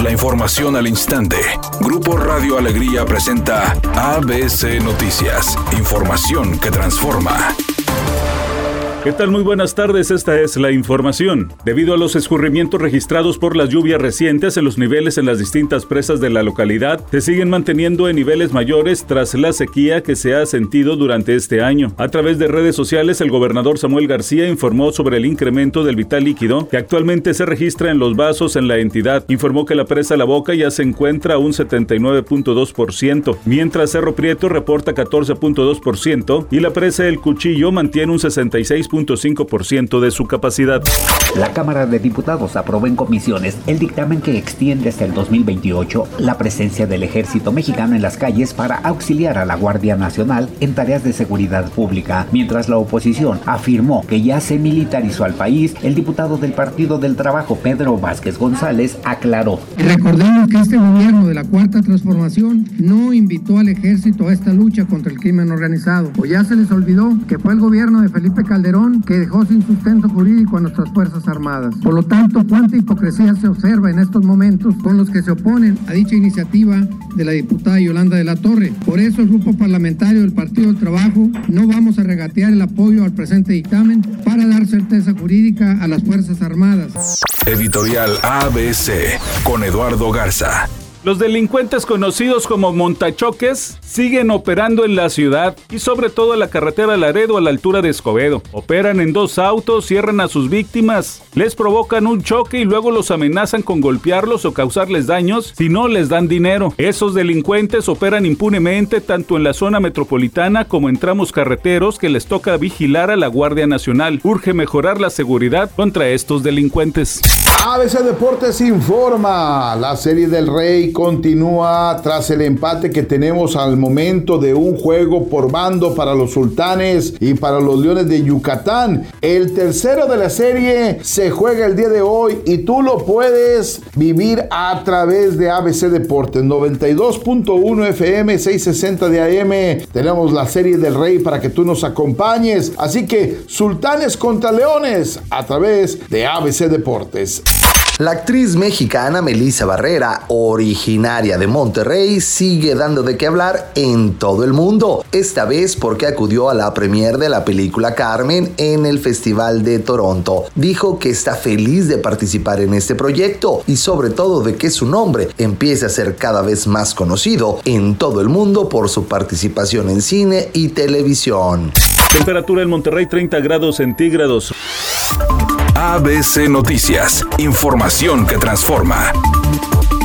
La información al instante. Grupo Radio Alegría presenta ABC Noticias. Información que transforma. ¿Qué tal? Muy buenas tardes, esta es la información. Debido a los escurrimientos registrados por las lluvias recientes, en los niveles en las distintas presas de la localidad se siguen manteniendo en niveles mayores tras la sequía que se ha sentido durante este año. A través de redes sociales, el gobernador Samuel García informó sobre el incremento del vital líquido que actualmente se registra en los vasos en la entidad. Informó que la presa La Boca ya se encuentra a un 79.2%, mientras Cerro Prieto reporta 14.2% y la presa El Cuchillo mantiene un 66.5% de su capacidad. La Cámara de Diputados aprobó en comisiones el dictamen que extiende hasta el 2028 la presencia del Ejército Mexicano en las calles para auxiliar a la Guardia Nacional en tareas de seguridad pública. Mientras la oposición afirmó que ya se militarizó al país, el diputado del Partido del Trabajo, Pedro Vázquez González, aclaró. Recordemos que este gobierno de la Cuarta Transformación no invitó al Ejército a esta lucha contra el crimen organizado. O ya se les olvidó que fue el gobierno de Felipe Calderón que dejó sin sustento jurídico a nuestras Fuerzas Armadas. Por lo tanto, cuánta hipocresía se observa en estos momentos con los que se oponen a dicha iniciativa de la diputada Yolanda de la Torre. Por eso, el grupo parlamentario del Partido del Trabajo no vamos a regatear el apoyo al presente dictamen para dar certeza jurídica a las Fuerzas Armadas. Editorial ABC con Eduardo Garza. Los delincuentes conocidos como montachoques siguen operando en la ciudad y sobre todo en la carretera Laredo a la altura de Escobedo. Operan en 2 autos, cierran a sus víctimas, les provocan un choque y luego los amenazan con golpearlos o causarles daños si no les dan dinero. Esos delincuentes operan impunemente tanto en la zona metropolitana como en tramos carreteros que les toca vigilar a la Guardia Nacional. Urge mejorar la seguridad contra estos delincuentes. ABC Deportes informa. La Serie del Rey continúa tras el empate que tenemos al momento de un juego por bando para los Sultanes y para los Leones de Yucatán. El tercero de la serie se juega el día de hoy y tú lo puedes vivir a través de ABC Deportes 92.1 FM 660 de AM. Tenemos la Serie del Rey para que tú nos acompañes. Así que Sultanes contra Leones a través de ABC Deportes. La actriz mexicana Melissa Barrera, originaria de Monterrey, sigue dando de qué hablar en todo el mundo. Esta vez porque acudió a la premiere de la película Carmen en el Festival de Toronto. Dijo que está feliz de participar en este proyecto y sobre todo de que su nombre empiece a ser cada vez más conocido en todo el mundo por su participación en cine y televisión. Temperatura en Monterrey 30 grados centígrados. ABC Noticias, información que transforma.